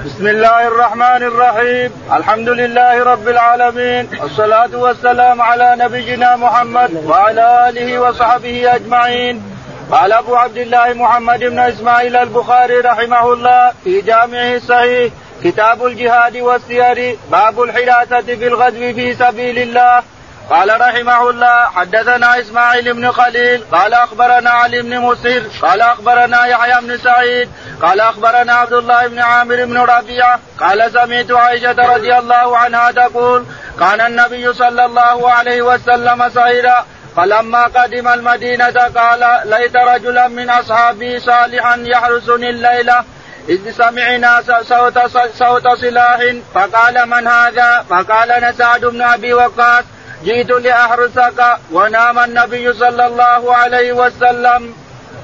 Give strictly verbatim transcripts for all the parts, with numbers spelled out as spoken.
بسم الله الرحمن الرحيم. الحمد لله رب العالمين، والصلاة والسلام على نبينا محمد وعلى آله وصحبه أجمعين. قال أبو عبد الله محمد بن إسماعيل البخاري رحمه الله في جامعه الصحيح كتاب الجهاد والسير باب الحراسة في الغزو في سبيل الله. قال رحمه الله حدثنا إسماعيل بن خليل قال أخبرنا علي بن مسهر قال أخبرنا يحيى بن سعيد قال أخبرنا عبد الله بن عامر بن ربيعة قال سمعت عائشة رضي الله عنها تقول كان النبي صلى الله عليه وسلم سائرا فلما قدم المدينة قال ليت رجلا من أصحابي صالحا يحرسني الليلة إذ سمعنا صوت, صوت سلاح فقال من هذا؟ فقال سعد بن أبي وقاص جئت لأحرسك ونام النبي صلى الله عليه وسلم.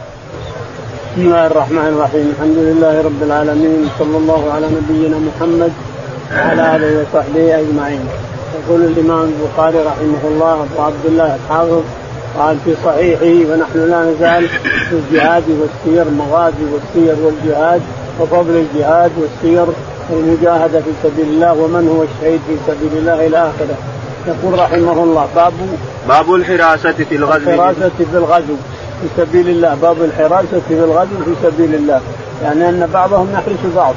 بسم الله الرحمن الرحيم. الحمد لله رب العالمين، صلى الله على نبينا محمد وعلى آله وصحبه أجمعين. يقول الإمام البخاري رحمه الله أبو عبد الله الحافظ قال في صحيحه ونحن لا نزال في الجهاد والسير، مغازي والسير والجهاد وفضل الجهاد والسير والمجاهدة في سبيل الله ومن هو الشهيد في سبيل الله إلى آخره. يقول رحمه الله باب باب الحراسة في الغزو الحراسة في الغزو في سبيل الله. باب الحراسة في الغزو في سبيل الله، يعني أن بعضهم يحرس بعض،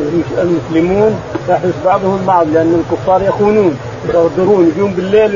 المسلمون يحرس بعضهم بعض، لأن الكفار يخونون يغدرون، يجون بالليل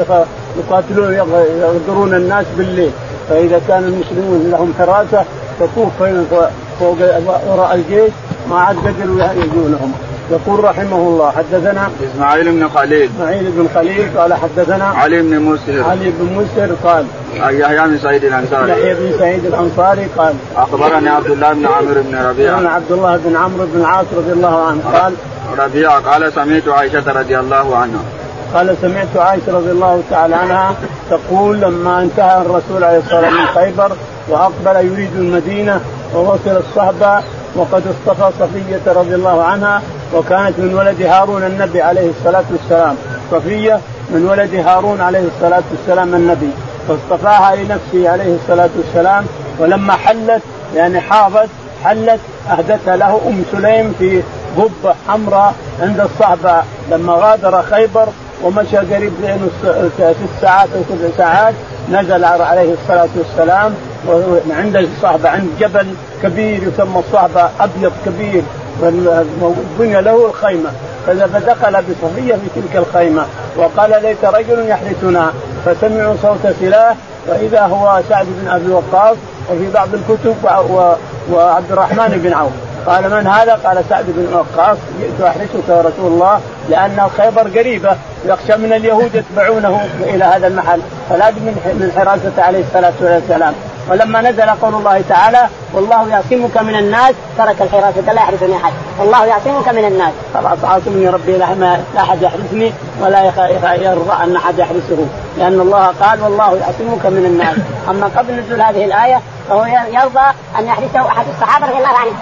يقاتلون يغدرون الناس بالليل. فإذا كان المسلمون لهم حراسة تطوف فوق وراء الجيش ما عاد قدروا يجونهم. يقول رحمه الله حدثنا إسماعيل بن خليل إسماعيل بن خليل قال حدثنا علي بن مسهر علي بن مسهر قال يحيى بن سعيد الأنصاري يحيى بن سعيد الأنصاري قال أخبرني عبد الله بن عمرو بن ربيعة أنا عبد الله بن عمرو بن العاص رضي الله عنه قال ربيعة قال سمعت عائشة رضي الله عنها قال سمعت عائشة رضي الله تعالى عنها تقول لما انتهى الرسول عليه الصلاة والسلام من خيبر وأقبل يريد المدينة ووصل الصحبة وقد اصطفى صفية رضي الله عنها، وكانت من ولد هارون النبي عليه الصلاة والسلام. صفية من ولد هارون عليه الصلاة والسلام النبي، فاصطفاها لنفسه عليه الصلاة والسلام. ولما حلت يعني حاضت حلت أهدتها له أم سليم في قبة حمراء عند الصحبة. لما غادر خيبر ومشى قريب ست ساعات أو سبع ساعات نزل عليه الصلاة والسلام عند الصحبة عند جبل كبير يسمى الصحبة أبيض كبير، وبني له الخيمة. فدخل بصفية في تلك الخيمة وقال ليت رجل يحرسنا، فسمعوا صوت سلاح وإذا هو سعد بن أبي وقاص وفي بعض الكتب وعبد الرحمن بن عوف. قال من هذا؟ قال سعد بن وقاص جئت أحرسك يا رسول الله، لأن الخيبر قريبة يخشى من اليهود يتبعونه إلى هذا المحل، فلازم من حراسة عليه الصلاة والسلام. ولما نزل قول الله تعالى والله يعصمك من الناس ترك الحراسة لا يحرسني أحد، الله يعصمك من الناس خلاص عاصمني ربي لا أحد يحرسني ولا يرضى أن أحد يحرسه، لأن الله قال والله يعصمك من الناس. أما قبل نزول هذه الآية فهو يرضى أن يحرسه أحد الصحابة رضي الله عنهم.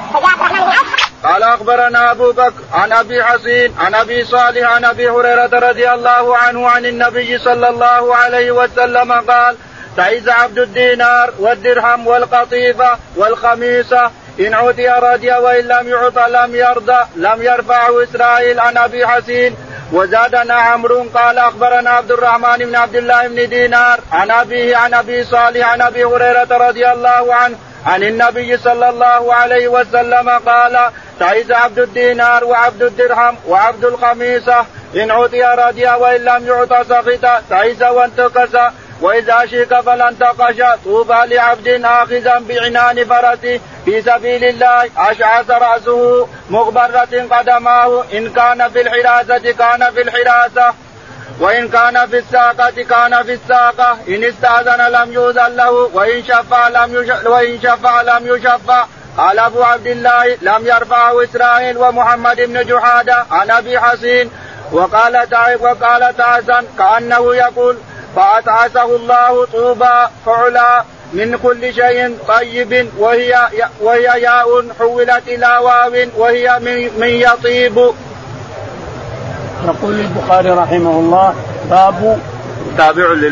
قال أخبرنا أبو بكر عن أبي حسين عن أبي صالح عن أبي هريرة رضي الله عنه عن النبي صلى الله عليه وسلم قال تعز عبد الدينار والدرهم والقطيفة والخميسة إن عطي رضي وإن لم يعط لم يرضى لم يرفعه إسرائيل عن أبي حسين. وزادنا عمرو قال أخبرنا عبد الرحمن بن عبد الله بن دينار عن أبيه عن أبي صالح عن أبي هريرة رضي الله عنه عن النبي صلى الله عليه وسلم قال تعز عبد الدينار وعبد الدرهم وعبد الخميسة إن عطي رضي وإن لم يعط سخط تعز وانتكس وإذا شيك فلن تقش. طوبى لعبد آخذا بعنان فرسه في سبيل الله أشعث رأسه مغبرة قدماه إن كان في الحراسة كان في الحراسة وإن كان في الساقة كان في الساقة إن استأذن لم يؤذن له وإن شفع لم يشفع, وإن شفع لم يشفع. قال أبو عبد الله لم يرفعه إسرائيل ومحمد بن جحادة عن أبي حسين. وقال تعيب وقال تعسن كأنه يقول فأتعسه الله طوبى فعلا من كل شيء طيب وهي وهي ياء حولت إلى واو وهي من, من يطيب. يقول البخاري رحمه الله باب تابع للباب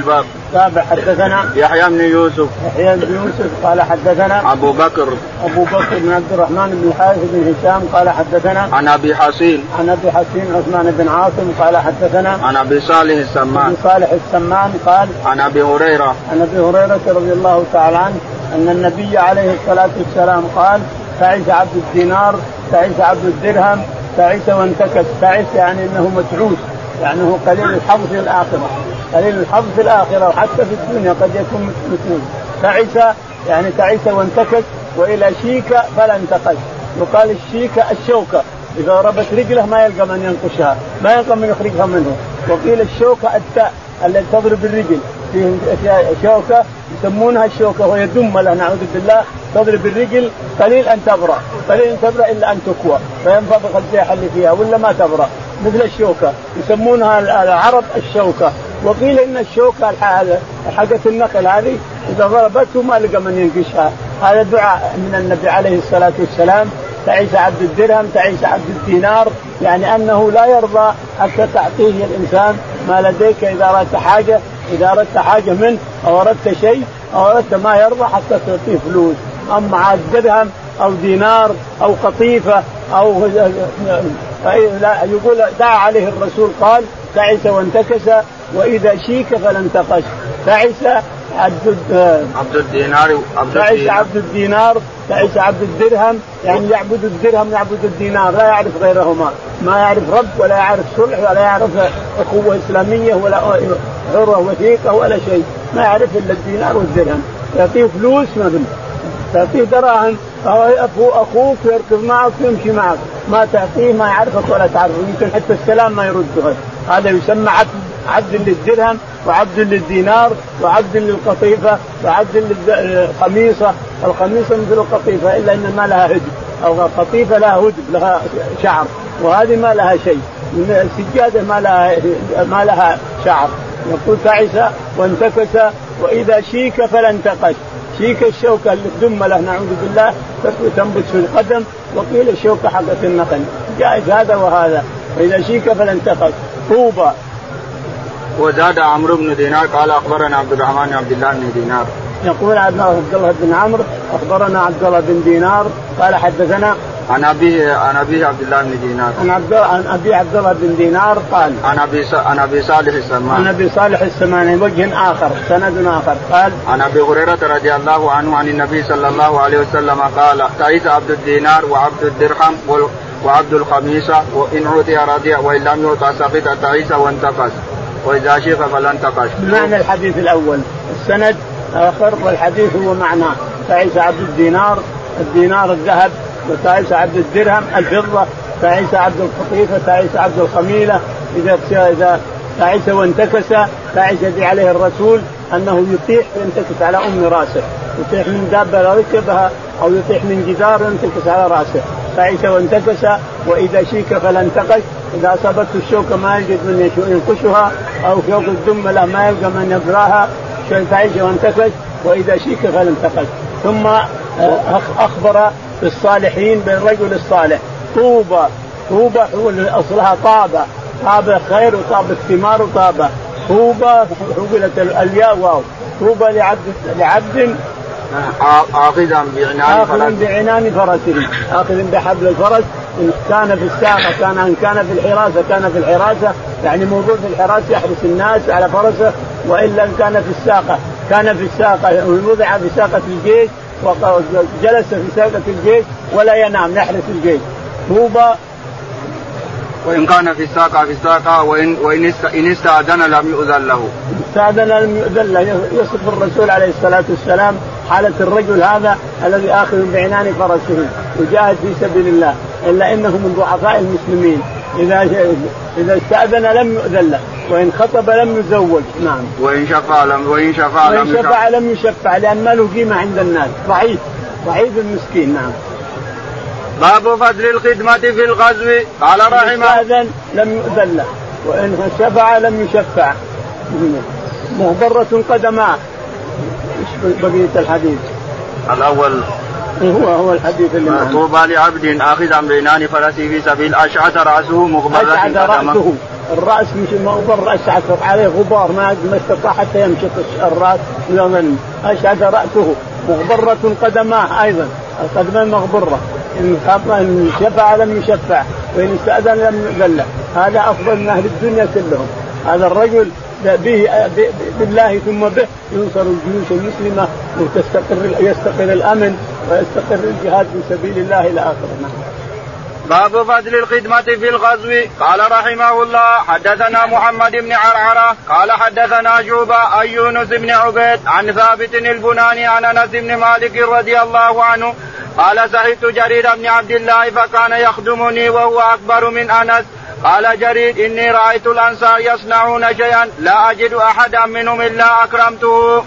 تابع حدثنا يحيى بن يوسف يحيى بن يوسف قال حدثنا أبو بكر أبو بكر بن عبد الرحمن بن الحارث بن هشام قال حدثنا عن أبي حصين عن أبي حصين عثمان بن عاصم قال حدثنا عن أبي صالح السمان أبي صالح السمان قال عن أبي هريرة عن أبي هريرة رضي الله تعالى عنه أن النبي عليه الصلاة والسلام قال تعس عبد الدينار تعس عبد الدرهم تعس وانتكس. تعس يعني أنه متعوس يعني هو قليل الحظ في الآخرة قليل الحظ في الآخرة وحتى في الدنيا قد يكون متعوس. تعس يعني تعس وانتكس. وإلى شيك فلا انتقش. يقال الشيك الشوكة إذا ضربت رجله ما يلقى من ينقشها ما يلقى من يخرجها منه. وقيل الشوكة التاء التي تضرب الرجل في شوكة يسمونها الشوكة وهي دملة نعوذ بالله تضرب الرجل قليل أن تبرأ قليل أن تبرأ إلا أن تكوى فينفضح الجيح اللي فيها ولا ما تبرأ مثل الشوكة يسمونها العرب الشوكة. وقيل إن الشوكة حقة النقل هذه إذا ضربته ما لقى من ينقشها. هذا دعاء من النبي عليه الصلاة والسلام. تعيس عبد الدرهم تعيس عبد الدينار يعني أنه لا يرضى حتى تعطيه الإنسان ما لديك إذا أردت حاجة إذا أردت حاجة منه أو أردت شيء أو أردت ما يرضى حتى تعطيه فلوس. أما عاد درهم أو دينار أو قطيفة أو يقول دعا عليه الرسول قال تعس وانتكس وإذا شيك فلا انتقش. تعس عبد عبد الدينار تعس عبد الدينار تعس عبد الدرهم يعني يعبد الدرهم يعبد الدينار لا يعرف غيرهما ما يعرف رب ولا يعرف صلح ولا يعرف أخوة إسلامية ولا عروة وثيقة ولا شيء ما يعرف إلا الدينار والدرهم. تعطيه فلوس ما بنت تعطيه دراهم أخوك يركض معك يمشي معك ما تعطيه ما يعرفك ولا تعرفه يمكن حتى السلام ما يرده. هذا يسمى عبد عبد للدرهم وعبد للدينار وعبد للقطيفة وعبد للقميصة. القميصة مثل القطيفة إلا إن ما لها هدب أو القطيفة لها هدب لها شعر وهذه ما لها شيء. السجادة ما لها ما لها شعر. يقول تعس وانتكس وإذا شيك فلا انتقش. شيك الشوكة اللي تدم له نعوذ بالله تنبت في القدم. وقيل الشوكة حقة النقل جائز هذا وهذا. وإذا شيك فلا انتقش. طوبى. وزاد عمرو بن دينار قال أخبرنا عبد الرحمن عبد الله بن دينار. يقول عبد الله بن عمرو أخبرنا عبد الله بن دينار قال حدثنا عن أبي عن أبي عبد الله بن دينار عن عبد عن أبي عبد الله بن دينار قال عن أبي عن أبي صالح السمان عن أبي صالح السمان وجه آخر سند آخر قال عن أبي هريرة رضي الله عنه عن النبي صلى الله عليه وسلم قال تعيس عبد الدينار وعبد الدرهم وعبد الخميسة وإن عطي رضي وإن لم يعطى سقط تعيس وانتقص وإذا شيخ فلا انتقش. معنى الحديث الأول السند آخر والحديث هو معناه تعيس عبد الدينار الدينار الذهب وتعيس عبد الدرهم الفضة تعيس عبد القطيفة تعيس عبد الخميلة. إذا إذا تعيس وانتكس تعيس يدي عليه الرسول أنه يطيح ينتكس على أم راسه يطيح من دابة ركبها أو يطيح من جدار ينتكس على راسه. تعيس وانتكس وإذا شيك فلا انتقش. إذا أصابته الشوكة ما يجد من ينقشها أو شوك الدملة ما يلقى من يبراها تعيس وانتكش وإذا شيك فلا انتقش. ثم أخبر بالصالحين بالرجل الصالح. طوبى طوبى أصلها طابة طابة خير وطابة ثمار وطابة. طوبى حولت الياء واو. طوبى لعبد لعبد آخذا بعنان بعنان فرسه آخذ بحبل الفرس إن كان في الساقة كان إن كان في الحراسة كان في الحراسة يعني موجود في الحراسة يحرس الناس على فرسه. وإلا إن كان في الساقة كان في الساقة ووضع في ساقة الجيش وجلس في ساقة الجيش ولا ينام يحرس الجيش. طوبى. وإن كان في الساقة في الساقة وإن وإن إن استأذن لم يؤذن له. استأذن لم يؤذن له. يصف الرسول عليه الصلاة والسلام حالة الرجل هذا الذي آخذ بعنان فرسه وجاهد في سبيل الله إلا إنه من ضعفاء المسلمين. إذا إذا استأذن لم يؤذن له وإن خطب لم يزوج. نعم. وإن شفع لم وإن شفع لم يشفع لم يشفع لأن ما له قيمة عند الناس ضعيف ضعيف المسكين. نعم. باب فضل الخدمة في الغزو قال رحمه استأذن لم يؤذن له وإن شفع لم يشفع. مهبرة قدماه. إيش بقية الحديث؟ الأول هو هو الحديث اللي طوبى لعبد آخذ بعنان فرسه في سبيل أشعث رأسه مغبرة أشعث رأسه الرأس مش مغبر أشعث عليه غبار ما ما استطاع حتى يمشط الرأس من الظن أشعث رأسه مغبرة قدماه أيضا القدمان مغبرة إن شفع لم يشفع وإن استأذن لم يؤذن له. هذا أفضل من أهل الدنيا كلهم. هذا الرجل به بالله ثم به ينصر الجيوش المسلمة وتستقر يستقر الأمن ويستقر الجهاد في سبيل الله إلى آخره. باب فضل الخدمة في الغزو. قال رحمه الله حدثنا محمد بن عرعرة قال حدثنا شعبة عن يونس بن عبيد عن ثابت البناني عن أنس بن مالك رضي الله عنه قال سمعت جرير بن عبد الله فكان يخدمني وهو أكبر من أنس. قال جرير إني رأيت الأنصار يصنعون شيئا لا أجد أحدا منهم إلا أكرمته.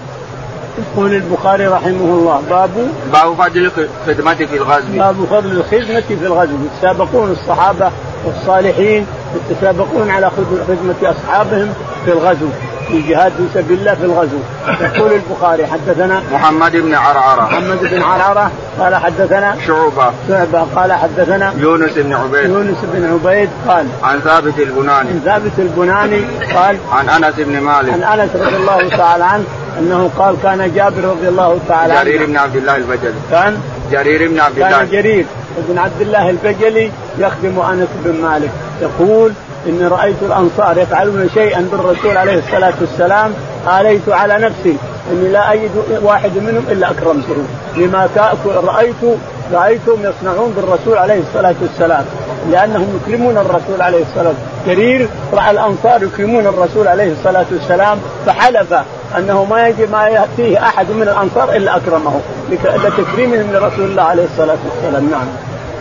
يقول البخاري رحمه الله باب باب فضل الخدمة في الغزو. باب فضل الخدمة في الغزو. يتسابقون الصحابة والصالحين يتسابقون على خدمة أصحابهم في الغزو في الجهاد في سبيل الله في الغزو. يقول البخاري حدثنا محمد بن عرعرة محمد بن عرعرة قال حدثنا شعبة شعبة قال حدثنا يونس بن عبيد يونس بن عبيد قال عن ثابت البناني عن ثابت البناني قال عن أنس بن مالك عن أنس رضي الله تعالى عنه أنه قال كان جابر رضي الله تعالى عنه جرير بن عبد الله البجلي كان جرير بن عبد الله كان جرير بن عبد الله البجلي يخدم أنس بن مالك يقول إني رأيت الأنصار يفعلون شيئا بالرسول عليه الصلاة والسلام آليت على نفسي إني لا أجد واحد منهم إلا أكرمته لما رأيت رأيتهم يصنعون بالرسول عليه الصلاة والسلام لأنهم يكرمون الرسول عليه الصلاة والسلام. جرير رأى الأنصار يكرمون الرسول عليه الصلاة والسلام فحلف أنه ما يجي ما يأتيه أحد من الأنصار إلا أكرمه لتكريمهم لرسول الله عليه الصلاة والسلام. نعم.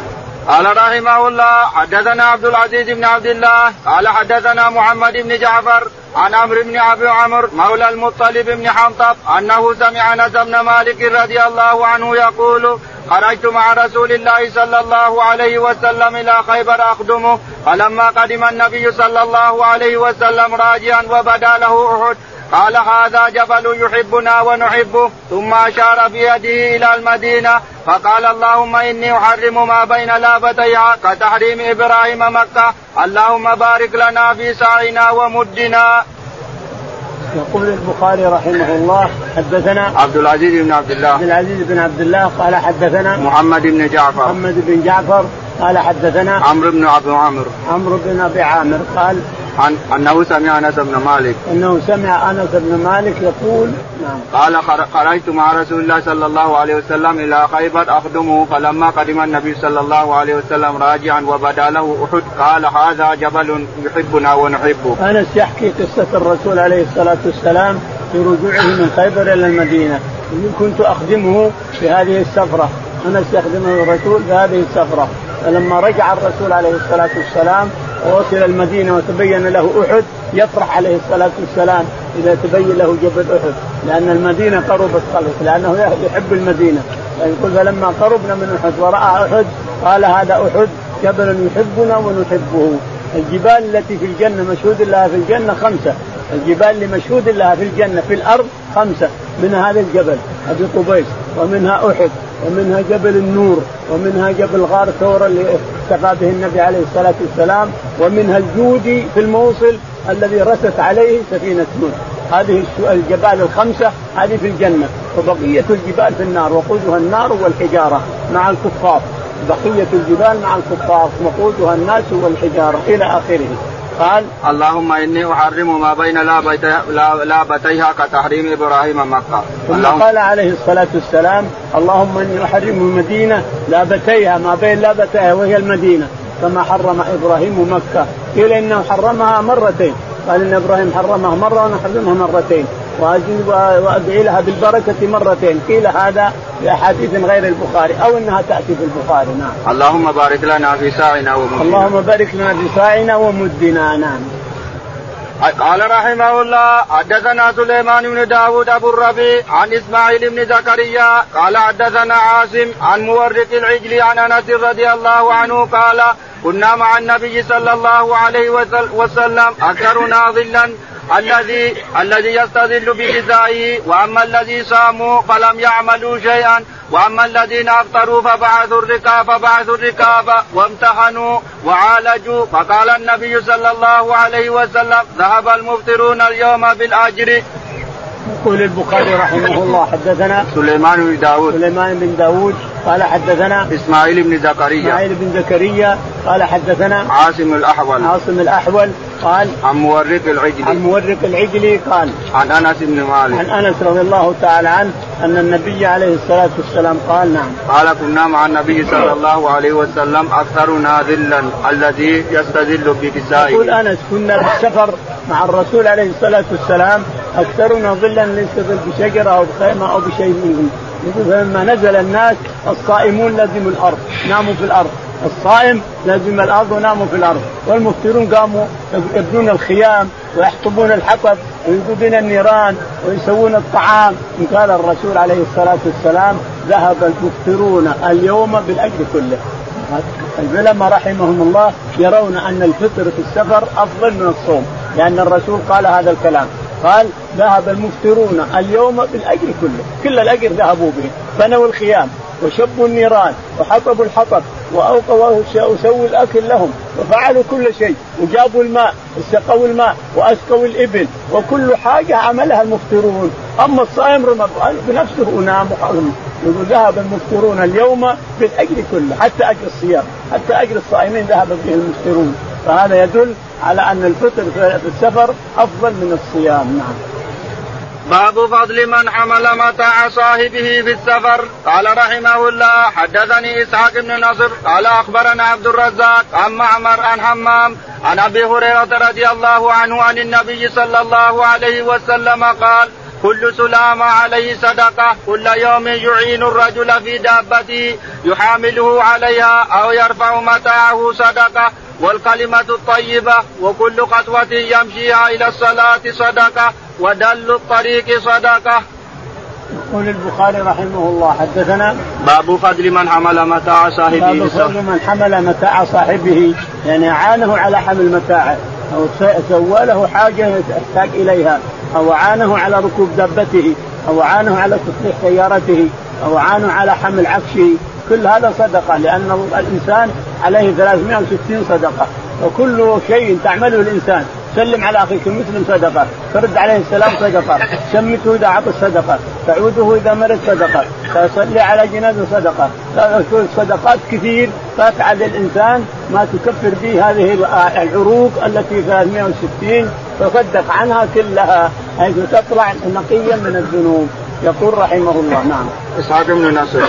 قال رحمه الله حدثنا عبد العزيز بن عبد الله قال حدثنا محمد بن جعفر عن عمرو بن ابي عمرو مولى المطلب بن حنطب انه سمع انس بن مالك رضي الله عنه يقول خرجت مع رسول الله صلى الله عليه وسلم الى خيبر اخدمه فلما قدم النبي صلى الله عليه وسلم راجعا وبدا له احد قال هذا جبل يحبنا ونحبه ثم أشار بيده إلى المدينة فقال اللهم إني أحرم ما بين لابتيها كتحريم إبراهيم مكة اللهم بارك لنا في سعينا ومدنا. يقول البخاري رحمه الله حدثنا عبد العزيز بن عبد الله عبد العزيز بن عبد الله قال حدثنا محمد بن جعفر محمد بن جعفر قال حدثنا عمرو بن ابي عامر عمرو بن ابي عامر قال عن انه سمع انس بن مالك انه سمع انس بن مالك يقول نعم قال خرجت مع رسول الله صلى الله عليه وسلم الى خيبر اخدمه فلما قدم النبي صلى الله عليه وسلم راجعا وبدا له احد قال هذا جبل يحبنا ونحبه. انس يحكي قصه الرسول عليه الصلاه والسلام في رجوعه من خيبر الى المدينه كنت اخدمه في هذه السفره. انس يخدمه الرسول في هذه السفره فلما رجع الرسول عليه الصلاه والسلام ووصل المدينة وتبين له أحد يفرح عليه الصلاة والسلام إذا تبين له جبل أحد لأن المدينة قربت خلص لأنه يحب المدينة. يقول فلما قربنا من أحد ورأى أحد قال هذا أحد جبل يحبنا ونحبه. الجبال التي في الجنة مشهود لها في الجنة خمسة. الجبال اللي مشهود لها في الجنة في الأرض خمسة منها هذا الجبل أبي قبيس ومنها أحد ومنها جبل النور ومنها جبل غار ثور اللي اكتفى به النبي عليه الصلاة والسلام ومنها الجودي في الموصل الذي رست عليه سفينة نوح. هذه الجبال الخمسة هذه في الجنة وبقية الجبال في النار وقودها النار والحجارة مع الكفار. بقية الجبال مع الكفار وقودها الناس والحجارة إلى آخره. قال اللهم إني أحرم ما بين لابتيها كتحريم إبراهيم مكة. ثم قال عليه الصلاة والسلام اللهم إني أحرم المدينة لابتيها ما بين لابتيها وهي المدينة كما حرم إبراهيم مكة. قيل إنه حرمها مرتين قال إن إبراهيم حرمها مرة ونحرمها مرتين وأدعي لها بالبركة مرتين. قيل هذا بأحاديث غير البخاري أو إنها تأتي في البخاري. نعم. اللهم بارك لنا في ساعنا ومدنا. اللهم بارك لنا في ساعنا ومدنا. نعم. قال رحمه الله حدثنا سليمان بن داود أبو الربيع عن إسماعيل بن زكريا قال حدثنا عاصم عن مورق العجل عن أنس رضي الله عنه قال كنا مع النبي صلى الله عليه وسلم أكثرنا ظلا الذي الذي يستظل بغذائه، وأما الذي صاموا فلم يعملوا شيئا، وأما الذين أفطروا فبعثوا الركاب فبعثوا الركاب وامتحنوا وعالجوا. فقال النبي صلى الله عليه وسلم ذهب المفطرون اليوم بالأجر. يقول البخاري رحمه الله حدثنا سليمان بن داود سليمان بن داود قال حدثنا إسماعيل بن زكريا إسماعيل بن زكريا قال حدثنا عاصم الأحول عاصم الأحول قال عن مورق العجلي عن مورق العجلي قال عن أنس بن مالك عن أنس رضي الله تعالى عنه أن النبي عليه الصلاة والسلام قال نعم قال كنا مع النبي صلى الله عليه وسلم أكثرنا ذلا الذي يستذل بكسائه. يقول أنس كنا بالسفر مع الرسول عليه الصلاة والسلام أكثرنا ظلا يستظل بشجرة أو بخيمة أو بشيء منهم. فلما نزل الناس الصائمون لازموا الأرض ناموا في الأرض، الصائم لازم الأرض وناموا في الأرض، والمفطرون قاموا يبنون الخيام ويحطبون الحطب ويوقدون النيران ويسوون الطعام. قال الرسول عليه الصلاة والسلام ذهب المفطرون اليوم بالأجر كله. العلماء رحمهم الله يرون أن الفطر في السفر أفضل من الصوم، لأن الرسول قال هذا الكلام، قال ذهب المفطرون اليوم بالأجر كله، كل الأجر ذهبوا به، بنوا الخيام وشبوا النيران وحطبوا الحطب وأوقوا وسووا الأكل لهم وفعلوا كل شيء وجابوا الماء وسقوا الماء وأسقوا الإبل وكل حاجة عملها المفطرون. أما الصائم رمضان بنفسه ونام وحرم. يقول ذهب المفطرون اليوم بالأجر كله، حتى أجر الصيام حتى أجر الصائمين ذهب به المفطرون. فهذا يدل على أن الفطر في السفر أفضل من الصيام. نعم. باب فضل من حمل متاع صاحبه في السفر. قال رحمه الله حدثني إسحاق بن نصر قال أخبرنا عبد الرزاق عن معمر عن حمام عن أبي هريرة رضي الله عنه عن النبي صلى الله عليه وسلم قال كل سلام عليه صدقة، كل يوم يعين الرجل في دابته يحامله عليها أو يرفع متاعه صدقة، والكلمة الطيبة وكل خطوة يمشيها إلى الصلاة صدقة، ودل الطريق صدقة. يقول البخاري رحمه الله حدثنا باب فضل من حمل متاع صاحبه. باب فضل من حمل متاع صاحبه، يعني عانه على حمل متاعه أو سوى له حاجة يحتاج إليها، أو عانه على ركوب دابته، أو عانه على تصليح سيارته، أو عانه على حمل عفشه، كل هذا صدقة، لأن الإنسان عليه ثلاثمائة وستين صدقة، وكل شيء تعمله الإنسان. سلم على أخيك المسلم صدقة، ترد عليه السلام صدقة، شمته إذا عطس صدقة، تعوده إذا مرض صدقة، تصلي على جنازة صدقة، صدقات كثير تفعل الإنسان ما تكفر به هذه العروق التي ثلاثمائة وستين، تصدق عنها كلها حيث تطلع نقيا من الذنوب. يقول رحمه الله نعم. إسحاق بن نصر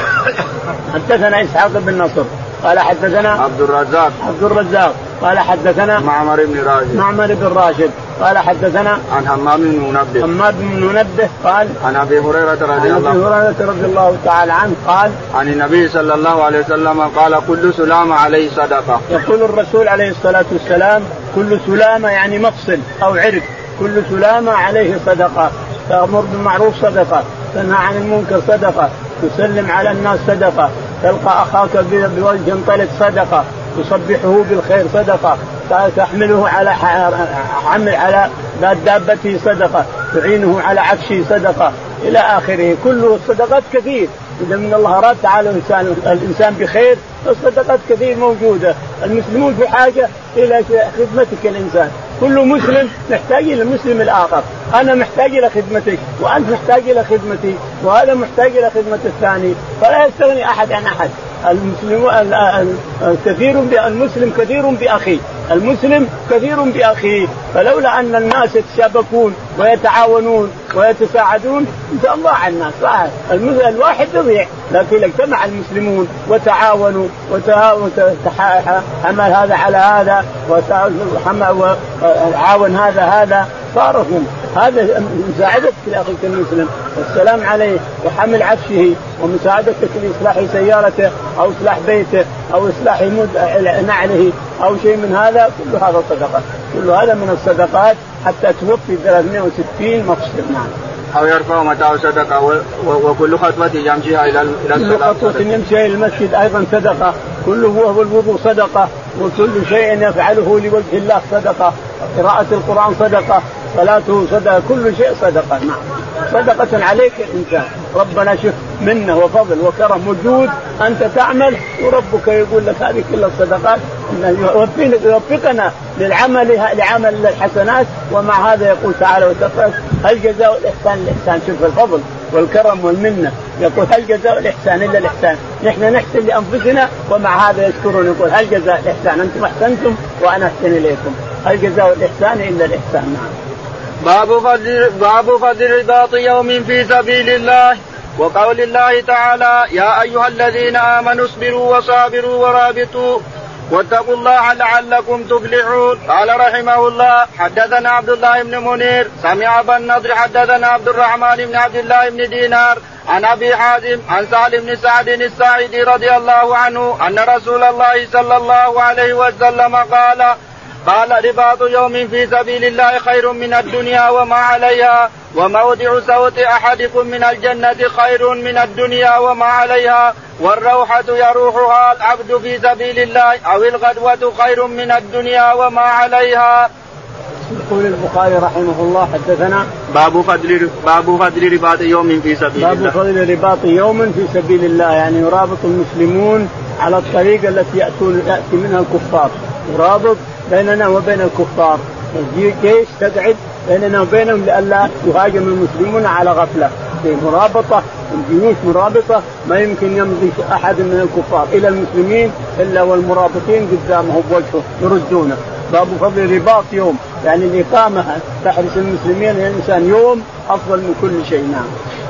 حدثنا إسحاق بن نصر قال حدثنا عبد الرزاق عبد الرزاق قال حدثنا معمر بن راشد معمر بن راشد قال حدثنا عن حمام بن منبه حمام بن منبه قال عن أبي هريرة رضي الله أبي هريرة رضي الله تعالى عنه قال عن النبي صلى الله عليه وسلم قال كل سلام عليه صدقة. يقول الرسول عليه الصلاة والسلام كل سلامة يعني مفصل أو عرق، كل سلامة عليه صدقة، تأمر بالمعروف صدقة، تنهى عن المنكر صدقة، تسلم على الناس صدقة، تلقى أخاك بوجه طلق صدقة، تصبحه بالخير صدقة، تحمله على حمل على دابته صدقة، تعينه على عفشه صدقة، إلى آخره. كله صدقات كثير. إذا من الله أراد تعالى الإنسان, الإنسان بخير، الصدقات كثير موجودة. المسلمون في حاجة إلى خدمتك الإنسان، كل مسلم محتاج إلى المسلم الآخر. أنا محتاج إلى خدمتك وأنت محتاج إلى خدمتي وهذا محتاج إلى خدمة الثاني، فلا يستغني أحد عن أحد. المسلم كثير المسلم كثير بأخيه، المسلم كثير بأخيه، فلولا أن الناس يتشابكون ويتعاونون ويتساعدون ضاع الناس. الواحد يضيع، لكن اجتمع المسلمون وتعاونوا وحمل هذا على هذا وعاون هذا هذا صارهم. هذا مساعدتك لأخيك المسلم والسلام عليه وحمل عفشه ومساعدتك لإصلاح سيارته أو إصلاح بيته أو إصلاح نعله أو شيء من هذا، كل هذا صدقة، كل هذا من الصدقات حتى توفي ثلاثمائة وستين مفصل. نعم. أو يرفع متاع صدقة وكل خطوة يمشيها إلى كل خطوة يمشي إلى المسجد أيضا صدقة، كله وهو الوضوء صدقة، وكل شيء يفعله لوجه الله صدقة، قراءة القرآن صدقة، صلاته صدقة، كل شيء صدقة. نعم صدقة عليك الإنسان. ربنا شوف منه وفضل وكرم وجود، أنت تعمل وربك يقول لك هذه كل الصدقات يوفقنا للعمل لعمل الحسنات. ومع هذا يقول تعالى وتقدس هل جزاء الإحسان الإحسان. شوف الفضل والكرم والمنة، يقول هل جزاء الإحسان إلا الإحسان. نحن نحسن لأنفسنا ومع هذا يذكرون يقول هل جزاء الإحسان، أنتم أحسنتم وأنا أحسن إليكم، هل جزاء الإحسان إلا الإحسان. نعم. باب فضل باب فضل رباط يوم في سبيل الله، وقول الله تعالى يا أيها الذين آمنوا اصبروا وصابروا ورابطوا واتقوا الله لعلكم تفلحون. قال رحمه الله حدثنا عبد الله بن منير سمع أبا النضر حدثنا عبد الرحمن بن عبد الله بن دينار عن أبي حازم عن سهل بن سعد الساعدي رضي الله عنه أن رسول الله صلى الله عليه وسلم قال قال رباط يوم في سبيل الله خير من الدنيا وما عليها، وموضع صوت أحدكم من الجنة خير من الدنيا وما عليها، والروحة يروحها العبد في سبيل الله أو الغدوة خير من الدنيا وما عليها. يقول البخاري رحمه الله حدثنا باب فضل باب فضل رباط يوم في سبيل باب الله. باب فضل رباط يوم في سبيل الله، يعني يرابط المسلمون على الطريقة التي يأتون يأتي منها الكفار، يرابط بيننا وبين الكفار، جيش تقعد بيننا وبينهم لئلا يهاجم المسلمون على غفلة. مرابطة الجيوش مرابطة، ما يمكن يمضي أحد من الكفار إلى المسلمين إلا والمرابطين قدامه بوجهه يردونه. باب فضل رباط يوم، يعني الإقامة تحرس المسلمين الإنسان يوم أفضل من كل شيء. نعم.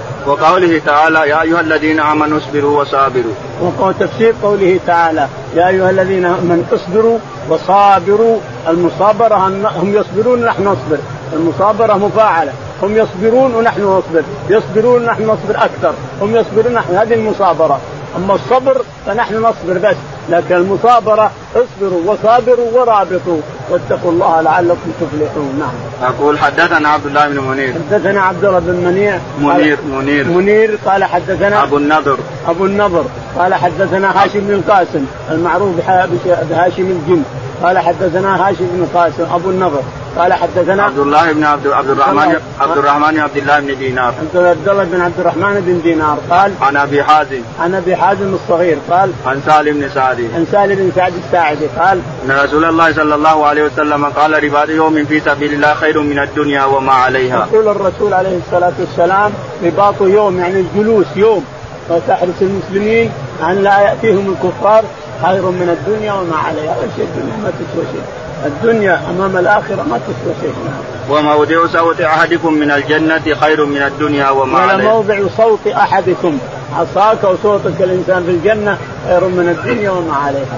وقوله تعالى يا أيها الذين آمنوا اصبروا وصابروا. وقال تفسير قوله تعالى يا أيها الذين آمنوا اصبروا وصابروا، المصابرة هم يصبرون نحن نصبر، المصابرة مفاعلة، هم يصبرون ونحن نصبر، يصبرون نحن نصبر أكثر، هم يصبرون نحن، هذه المصابرة. أما الصبر فنحن نصبر بس، لكن المصابرة اصبروا وصابروا ورابطوا واتقوا الله لعلكم تفلحون. نعم. أقول حدثنا عبد الله بن منير حدثنا عبد الله بن منيع منير منير منير قال حدثنا أبو النضر أبو النضر قال حدثنا هاشم بن القاسم المعروف بهاشم الجن قال حدثنا هاشم بن القاسم أبو النضر قال حدثنا عبد الله بن عبد عبد الرحمن عبد الرحمن عبد الله بن دينار عبد الله بن عبد الرحمن بن دينار قال عن أبي حازم عن أبي حازم الصغير قال عن سالم بن سعد عن سالم بن سعد الساعدي قال أن رسول الله صلى الله عليه وسلم قال رباط يوم في سبيل الله خير من الدنيا وما عليها. يقول الرسول عليه الصلاة والسلام رباط يوم يعني الجلوس يوم وتحرس المسلمين أن لا يأتيهم الكفار خير من الدنيا وما عليها. شيء الدنيا ما تسوى شيء، الدنيا أمام الآخرة ما تسوى شيء. وموضع صوت أحدكم من الجنة خير من الدنيا وما عليها. موضع صوت أحدكم عصاك وصوتك الإنسان في الجنة خير من الدنيا وما عليها.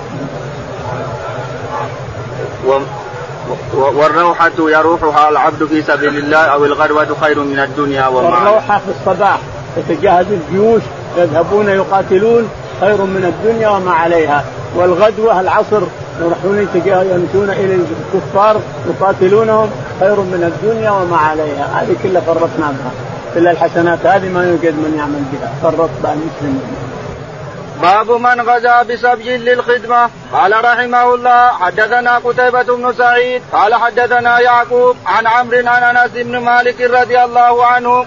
و... والروحة يروحها العبد في سبيل الله أو الغدوة خير من الدنيا وما عليها. والروحة في الصباح يتجهز الجيوش يذهبون يقاتلون خير من الدنيا وما عليها. والغدوة العصر يروحون يمشون إلى الكفار يقاتلونهم خير من الدنيا وما عليها. هذه كلها فرطنا بها، كل الحسنات هذه ما يوجد من يعمل بها، فرط بها المسلمين. باب من غزا بسبي للخدمة. قال رحمه الله حدثنا قتيبة بن سعيد قال حدثنا يعقوب عن عمرو عن أنس بن مالك رضي الله عنه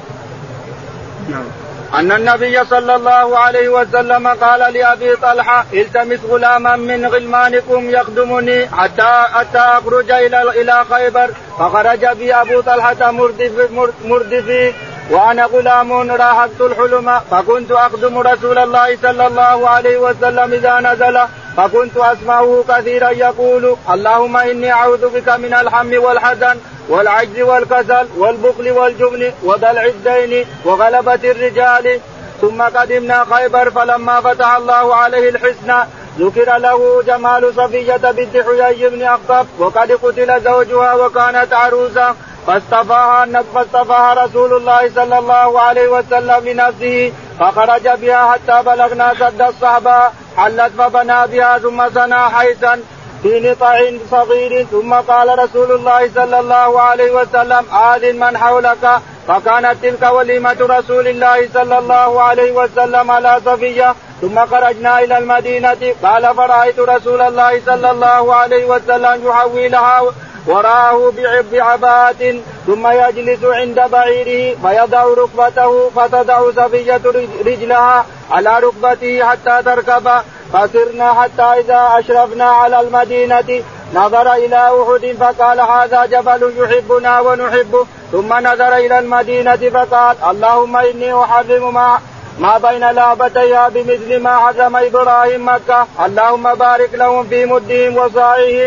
أن النبي صلى الله عليه وسلم قال لأبي طلحة التمس غلاما من غلمانكم يخدمني حتى حتى أخرج إلى إلى خيبر، فخرج بي أبو طلحة مردف مردفي وأنا غلام راهقت الحلم، فكنت أخدم رسول الله صلى الله عليه وسلم إذا نزل، فكنت أسمعه كثيرا يقول اللهم إني أعوذ بك من الهم والحزن والعجز والكسل والبخل والجبن وضلع الدين وغلبة الرجال. ثم قدمنا خيبر، فلما فتح الله عليه الحسن ذكر له جمال صفية بنت حيي بن أخطب وقد قتل زوجها وكانت عروسا، فاصطفاها فاصطفاها رسول الله صلى الله عليه وسلم لنفسه، فخرج بها حتى بلغنا سد الصحبة حلت فبنى بها ثم سنى حيثا في نطع صغير، ثم قال رسول الله صلى الله عليه وسلم آذن من حولك، فكانت تلك وليمة رسول الله صلى الله عليه وسلم على صفية ثم خرجنا إلى المدينة. قال فرأيت رسول الله صلى الله عليه وسلم يحولها وراءه بعباءة ثم يجلس عند بعيره فيضع ركبته فتضع صفية رجلها على ركبته حتى تركب. فسرنا حتى إذا أشرفنا على المدينة نظر إلى أحد فقال هذا جبل يحبنا ونحبه. ثم نظر إلى المدينة فقال اللهم إني أحرم ما ما بين لابتيها بمثل ما حرم إبراهيم مكة اللهم بارك لهم في مدهم وصاعهم.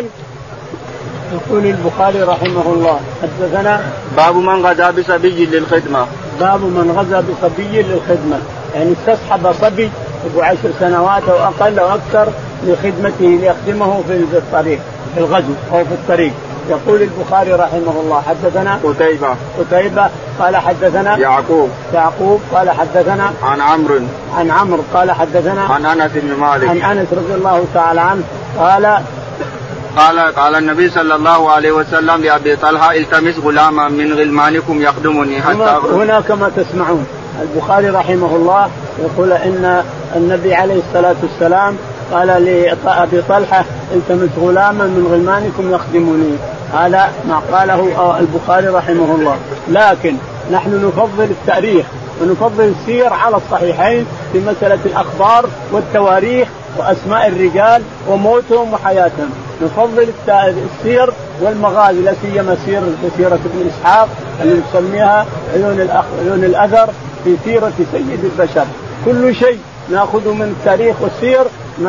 يقول البخاري رحمه الله حدثنا باب من غزا بصبي للخدمة. باب من غزا بصبي للخدمة يعني استصحب صبي ابو عشر سنوات او اقل او اكثر لخدمته ليخدمه في الطريق في الغزو او في الطريق. يقول البخاري رحمه الله حدثنا قتيبة قتيبة قال حدثنا يعقوب يعقوب قال حدثنا عن عمرو عن عمرو قال حدثنا عن أنس بن مالك عن أنس رضي الله تعالى عنه قال قال قال النبي صلى الله عليه وسلم لأبي طلحة التمس غلاما من غلمانكم يخدمني حتى. هنا كما تسمعون البخاري رحمه الله يقول إن النبي عليه الصلاة والسلام قال لأبي طلحة التمس غلاما من غلمانكم يخدمني. هذا ما قاله البخاري رحمه الله. لكن نحن نفضل التاريخ ونفضل السير على الصحيحين في مسألة الأخبار والتواريخ وأسماء الرجال وموتهم وحياتهم. نفضل السير والمغازي لا سيما سير سيرة ابن إسحاق اللي نسميها عيون الأخ عيون الأثر في سيرة سيد البشر. كل شيء نأخذه من التاريخ والسير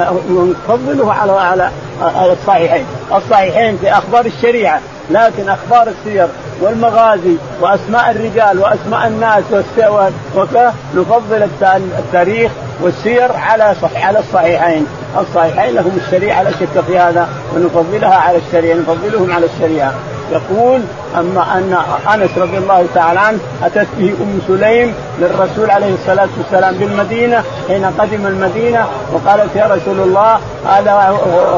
ونفضله على على على الصحيحين. الصحيحين في أخبار الشريعة لكن أخبار السير والمغازي وأسماء الرجال وأسماء الناس وكذا نفضل التاريخ والسير على صح على الصحيحين. الصحيحين لهم الشريعة لا شك في هذا ونفضلها على الشريعة نفضلهم على الشريعة. يقول أما أن أنس رضي الله تعالى عنه أتت به أم سليم للرسول عليه الصلاة والسلام بالمدينة حين قدم المدينة وقالت يا رسول الله هذا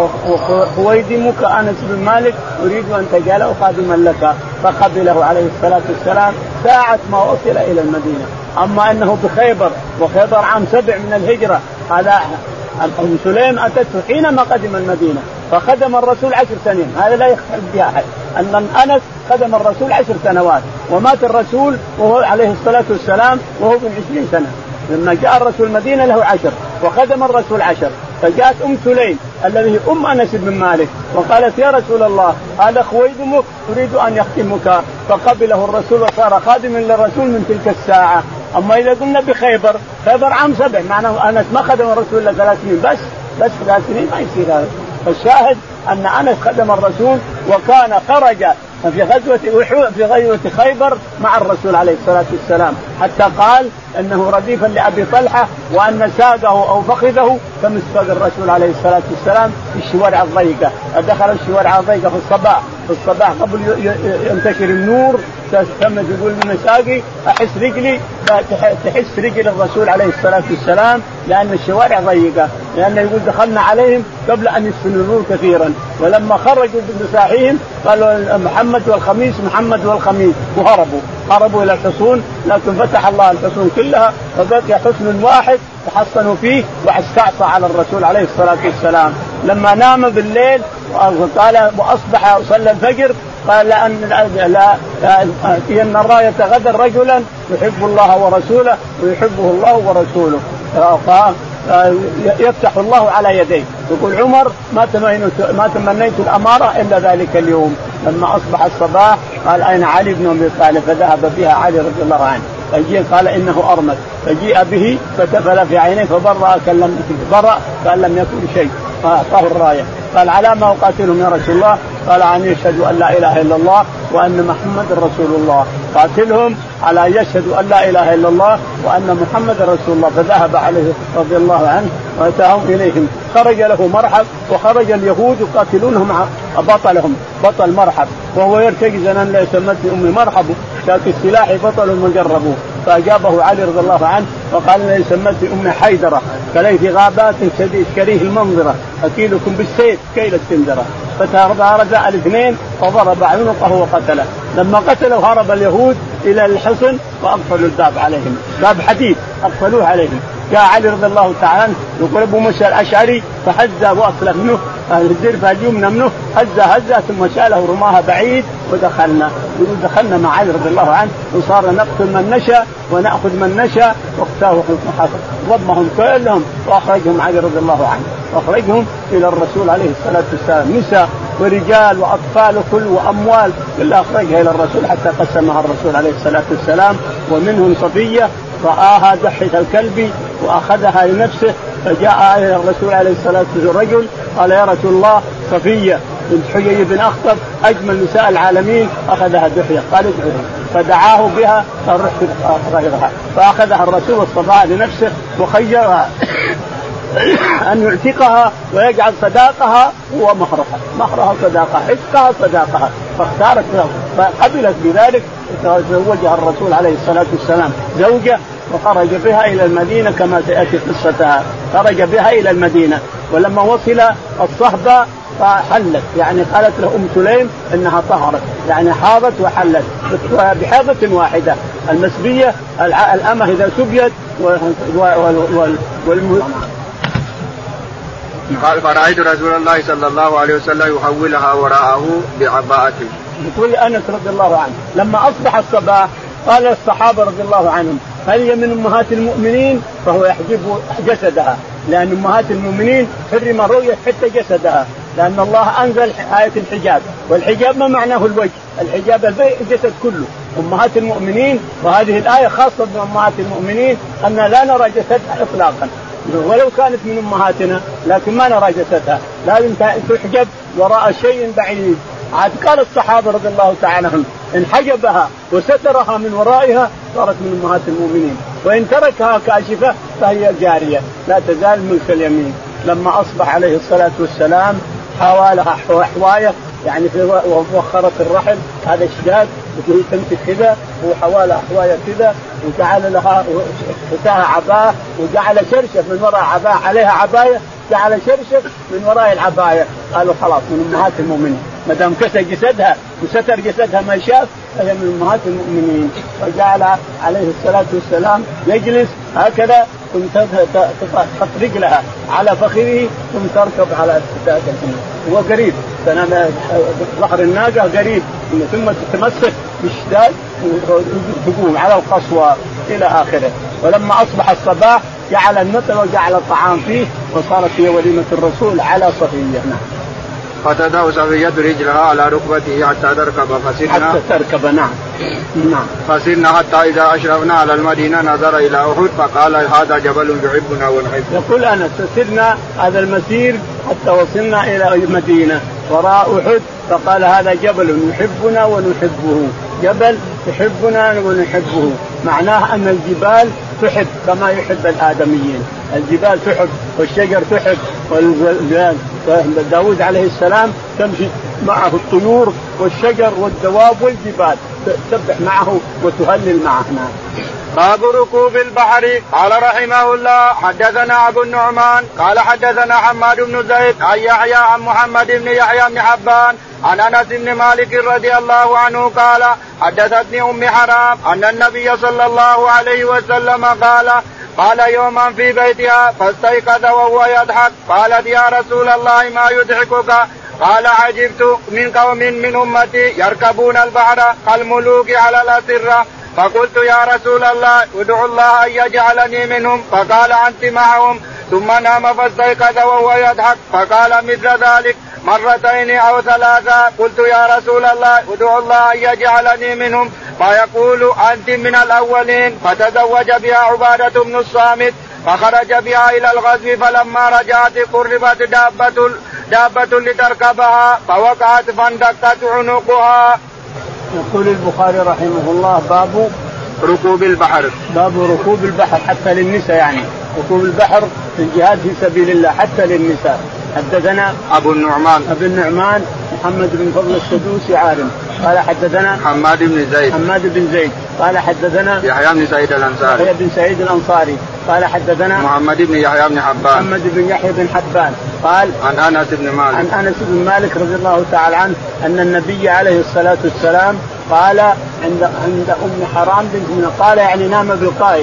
خويدمك أنس بن مالك أريد أن تجعله خادما لك. فقبله عليه الصلاة والسلام ساعة ما وصل إلى المدينة. أما أنه بخيبر وخيبر عام سبع من الهجرة هذا أم سليم أتته حينما قدم المدينة فخدم الرسول عشر سنين. هذا لا يختلف به أحد أن أنس خدم الرسول عشر سنوات ومات الرسول وهو عليه الصلاة والسلام وهو من عشرين سنة. لما جاء الرسول المدينة له عشر وخدم الرسول عشر. فجاءت أم سليم الذي أم أنس بن مالك وقالت يا رسول الله هذا خويدمك أريد أن يخدمك. فقبله الرسول وصار خادما للرسول من تلك الساعة. أما إذا قلنا بخيبر خيبر عام سبع معناه أنس ما خدم الرسول إلا ثلاث سنين بس بس ثلاث سنين ما يصير هذا. فالشاهد أن أنس خدم الرسول وكان خرج في غزوة في غزوة خيبر مع الرسول عليه الصلاة والسلام حتى قال أنه رديفا لأبي طلحة وأن ساقه أو فخذه كمسفق الرسول عليه الصلاة والسلام في الشوارع الضيقة. دخل الشوارع الضيقة في الصباح في الصباح قبل ينتشر النور كما يقول المساقي أحس رجلي تحس رجل الرسول عليه الصلاة والسلام لأن الشوارع ضيقة لأنه يقول دخلنا عليهم قبل أن يسفنوا النور كثيرا. ولما خرجوا بمساحيهم قالوا محمد والخميس محمد والخميس وهربوا هربوا إلى الحصون. لكن فتح الله الحصون كلها فبقي حصن واحد تحصنوا فيه واستعصى على الرسول عليه الصلاة والسلام. لما نام بالليل قال وأصبح صلى الفجر قال أن لا أن الراية غدا رجلا يحب الله ورسوله ويحبه الله ورسوله يفتح الله على يديه. يقول عمر ما تمنيت ما تمنيت الأمارة إلا ذلك اليوم. لما أصبح الصباح قال أين علي بن أبي طالب فذهب بها علي رضي الله عنه. فجيء قال إنه أرمد فجيء به فتفل في عينيه فبرأ كلم برأ قال لم يكن شيء فأعطاه الراية. قال على ما أقاتلهم يا رسول الله؟ قال أن يشهدوا أن لا إله إلا الله وأن محمد رسول الله. قاتلهم على أن يشهدوا أن لا إله إلا الله وأن محمد رسول الله. فذهب عليه رضي الله عنه وأتاهم إليهم. خرج له مرحب وخرج اليهود يقاتلونه مع بطلهم بطل مرحب وهو يرتجز أن لا يسمت أمي مرحب شاك السلاح بطل مجربوه. فأجابه علي رضي الله عنه وقال لا يسمت أمي حيدرة كليث غابات شديد كريه المنظرة أكيلكم بالسيف كيل السندرة. فتهرب الاثنين وضرب عنقه وقتله. لما قتله هرب اليهود إلى الحصن وأقفلوا الباب عليهم باب حديد أقفلوه عليهم. جاء علي رضي الله تعالى عنه يقول ابو موسى الاشعري فهز واصله منه الدرفه اليمنى منه هز هزه ثم شاله ورماها بعيد ودخلنا ودخلنا مع علي رضي الله عنه وصار نقتل من نشا وناخذ من نشا واختاروا ضمهم كلهم واخرجهم علي رضي الله عنه واخرجهم الى الرسول عليه الصلاه والسلام نساء ورجال واطفال وكل واموال كلها اخرجها الى الرسول حتى قسمها الرسول عليه الصلاه والسلام. ومنهم صفيه رآها دحية الكلب واخذها لنفسه فجاء الى الرسول عليه الصلاه والسلام رجل قال يا رسول الله صفيه بنت حيي بن اخطب اجمل نساء العالمين اخذها دحية قال ادعوه فدعاه بها فرحت غيرها فاخذها الرسول واصطفاها لنفسه وخيرها أن يعتقها ويجعل صداقها هو مهرها مهرها صداقها عتقها صداقها فاختارت فقبلت بذلك وتزوجها الرسول عليه الصلاة والسلام زوجة وخرج بها إلى المدينة كما سيأتي قصتها. خرج بها إلى المدينة ولما وصل الصهبة فحلت يعني قالت له أم سليم إنها طهرت يعني حاضت وحلت بحاضة واحدة. المسبية الأمة إذا سبيت والم قال فرأيت رسول الله صلى الله عليه وسلم يحولها وراءه بعباءته. يقول أنس رضي الله عنه لما أصبح الصباح قال الصحابة رضي الله عنهم هل هي من أمهات المؤمنين فهو يحجب جسدها لأن أمهات المؤمنين حرم رؤية حتى جسدها لأن الله أنزل آية الحجاب والحجاب ما معناه الوجه الحجاب الجسد كله أمهات المؤمنين وهذه الآية خاصة بأمهات المؤمنين أن لا نرى جسدها إطلاقا ولو كانت من أمهاتنا لكن ما نرى جسدها لازم تحجب وراء شيء بعيد. عاد قال الصحابة رضي الله تعالى عنهم إن حجبها وسترها من ورائها صارت من أمهات المؤمنين وإن تركها كاشفة فهي جارية لا تزال ملك اليمين. لما أصبح عليه الصلاة والسلام حوالها حواية يعني وخرت الرحل هذا الشداد وهي تمسك كذا وحوالها حواية كذا وجعل لها فتاها عباءة وجعل شرشف من وراء عباءة عليها عباية جعل شرشف من وراء العباية. قالوا خلاص من أمهات المؤمنين ما دام كسر جسدها وستر جسدها ما شاف فهي من أمهات المؤمنين. وجعل عليه الصلاة والسلام يجلس هكذا ثم تحط رجلها على فخذه ثم تركب على السداد هو قريب ظهر الناقة قريب ثم تتمسك بالشداد وتقوم على القصوى إلى آخره. ولما أصبح الصباح جعل النطر وجعل الطعام فيه وصارت هي وليمة الرسول على صفية. فتدعو صفية رجلها على ركبته حتى تركب فسرنا حتى تركب نعم نعم فسرنا حتى إذا أشرفنا على المدينة نظر إلى أحد فقال هذا جبل يحبنا ونحبه. يقول أنا سرنا هذا المسير حتى وصلنا إلى المدينة وراء أحد فقال هذا جبل يحبنا ونحبه جبل يحبنا ونحبه معناه أن الجبال تحب كما يحب الآدميين الجبال تحب والشجر تحب وداود عليه السلام تمشي معه الطيور والشجر والدواب والجبال تسبح معه وتهلل معه. باب ركوب البحر. قال رحمه الله حدثنا أبو النعمان قال حدثنا حماد بن زيد عن يحيى عن محمد بن يحيى بن حبان عن أنس بن مالك رضي الله عنه قال حدثتني أم حرام أن النبي صلى الله عليه وسلم قال قال يوما في بيتها فاستيقظ وهو يضحك قالت يا رسول الله ما يضحكك قال عجبت من قوم من أمتي يركبون البحر كالملوك على الأسرة فقلت يا رسول الله ادعو الله أن يجعلني منهم فقال أنت معهم ثم نام فاستيقظ وهو يضحك فقال مثل ذلك مرتين أو ثلاثة قلت يا رسول الله ادعو الله أن يجعلني منهم فيقول أنت من الأولين فتزوج بها عبادة بن الصامت فخرج بها إلى الغزو فلما رجعت قربت دابة دابة لتركبها فوقعت فاندقت عنقها. يقول البخاري رحمه الله باب ركوب البحر. باب ركوب البحر حتى للنساء يعني ركوب البحر في الجهاد في سبيل الله حتى للنساء. حدثنا أبو النعمان أبو النعمان محمد بن فضل السدوسي عالم قال حدثنا حماد بن زيد حماد بن زيد قال حدثنا يحيى بن سعيد الأنصاري يحيى بن سعيد الأنصاري قال حدثنا محمد بن يحيى بن حبان محمد بن يحيى بن حبان قال عن أنس بن مالك عن أنس بن مالك رضي الله تعالى عنه أن النبي عليه الصلاة والسلام قال عند عند أم حرام بنت قال يعني نام بالقائلة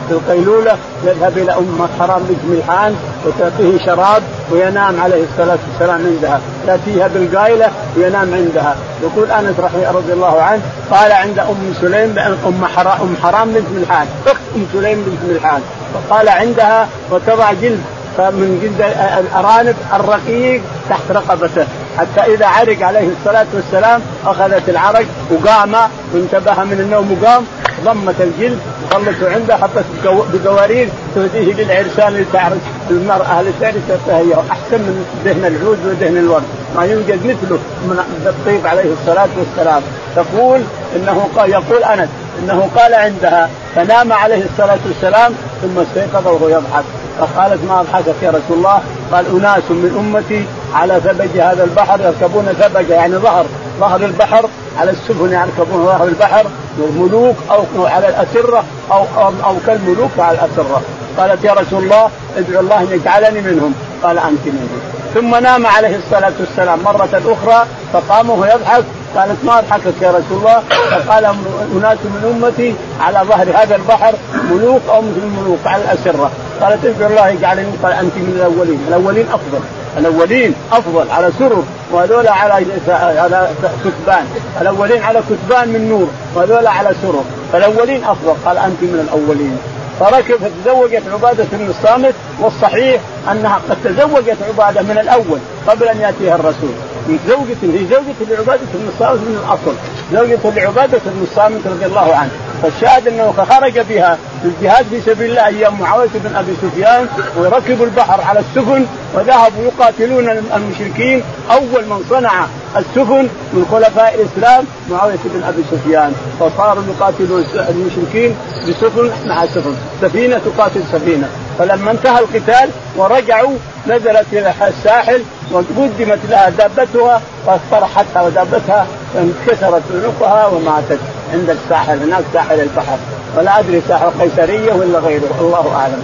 في القيلولة يذهب إلى أم حرام بنت ملحان وتعطيه شراب وينام عليه الصلاة والسلام عندها، تأتيها بالقايلة وينام عندها. يقول أنس رضي الله عنه قال عند أم سليم أم حرام, أم حرام بنت ملحان أخت أم سليم بنت ملحان، فقال عندها وتضع جلد من جلد الأرانب الرقيق تحت رقبته، حتى إذا عرق عليه الصلاة والسلام أخذت العرق وقام وانتبه من النوم وقام ضمت الجلد وخلته عنده، حطت بقوارير تهديه للعرسان اللي تعرس المرأة اللي تعرس هي أحسن من دهن العود ودهن الورد، ما يوجد مثله من الطيب عليه الصلاة والسلام. تقول إنه قال يقول أنس إنه قال عندها فنام عليه الصلاة والسلام ثم استيقظ وهو يضحك، فقالت ما أضحكك يا رسول الله؟ قال أناس من أمتي على ثبج هذا البحر يركبون ثبج يعني ظهر ظهر البحر على السفن يركبون ظهر البحر ملوك أو على الأسرة أو, أو, أو كالملوك على الأسرة. قالت يا رسول الله ادعو الله أن يجعلني منهم، قال أنت منهم. ثم نام عليه الصلاة والسلام مرة أخرى فقام وهو يضحك، قالت ما أضحكك يا رسول الله؟ فقال أناس من أمتي على ظهر هذا البحر ملوك أو مثل الملوك على الأسرة، قالت ادعو الله يجعلني، قال أنت من الأولين. الأولين أفضل، الأولين أفضل على سرر وهذول على على كتبان، الأولين على كتبان من نور وهذول على سرر، فالأولين أفضل، قال أنت من الأولين. فركب فتزوجت عبادة بن الصامت، والصحيح أنها قد تزوجت عبادة من الأول قبل أن يأتيها الرسول، زوجة هي زوجة لعبادة بن الصامت من الأصل، زوجة لعبادة بن الصامت رضي الله عنه. فالشاهد أنه خرج بها في الجهاد في سبيل الله أيام معاوية بن أبي سفيان، وركبوا البحر على السفن وذهبوا يقاتلون المشركين. أول من صنع السفن من خلفاء الإسلام معاوية بن أبي سفيان، فصاروا يقاتلون المشركين بسفن مع سفن، سفينة تقاتل سفينة. فلما انتهى القتال ورجعوا نزلت إلى الساحل وقدمت لها دابتها فاسترحتها ودابتها انكسرت عنقها وماتت عند الساحل، هناك ساحل البحر، ولا أدري ساحل قيصرية ولا غيره، الله أعلم.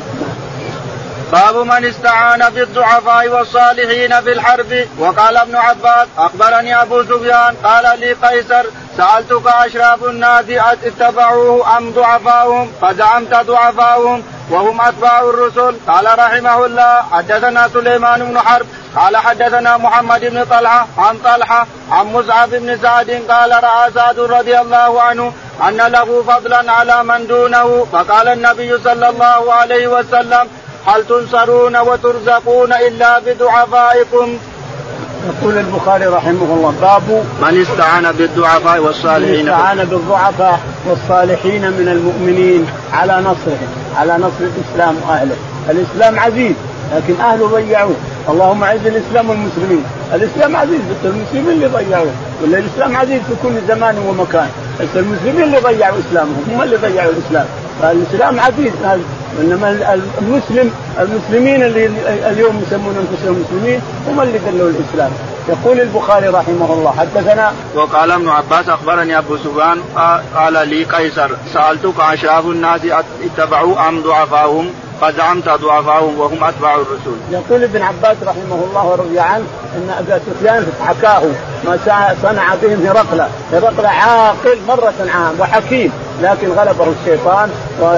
باب من استعان بالضعفاء والصالحين في الحرب. وقال ابن عباس أخبرني أبو سفيان قال لي قيصر سألتك أشراف الناس اتبعوه أم ضعفاؤهم؟ فزعمت ضعفاؤهم وهم أتباع الرسل. قال رحمه الله حدثنا سليمان بن حرب قال حدثنا محمد بن طلحة عن طلحة عن مصعب بن سعد قال رأى سعد رضي الله عنه أن له فضلا على من دونه، فقال النبي صلى الله عليه وسلم هل تنصرون وترزقون إلا بدعفائكم؟ يقول البخاري رحمه الله باب من استعان بالضعفاء والصالحين، من استعان بالضعفاء والصالحين من المؤمنين على نصرهم، على نصر الإسلام وأهله. الإسلام عزيز لكن أهله ضيعوه، اللهم عز الإسلام والمسلمين. الإسلام عزيز بس المسلمين اللي ضيعوه، ولا الإسلام عزيز في كل زمان ومكان، بس المسلمين اللي ضيعوا إسلامهم، هم اللي ضيعوا الإسلام. فالإسلام عزيز، إنما المسلم المسلمين اللي اليوم يسمون أنفسهم مسلمين هم اللي دلوا الإسلام. يقول البخاري رحمه الله حدثنا. وقال ابن عباس أخبرني أبو سفيان قال لي قيصر سألتك أشراف الناس اتبعوا أم ضعفاؤهم؟ فزعمت ضعفاؤهم وهم أتباع الرسول. يقول ابن عباس رحمه الله ورضي عنه أن أبا سفيان حكاه ما صنع بهم هرقل. هرقل عاقل مرة عام وحكيم، لكن غلبه الشيطان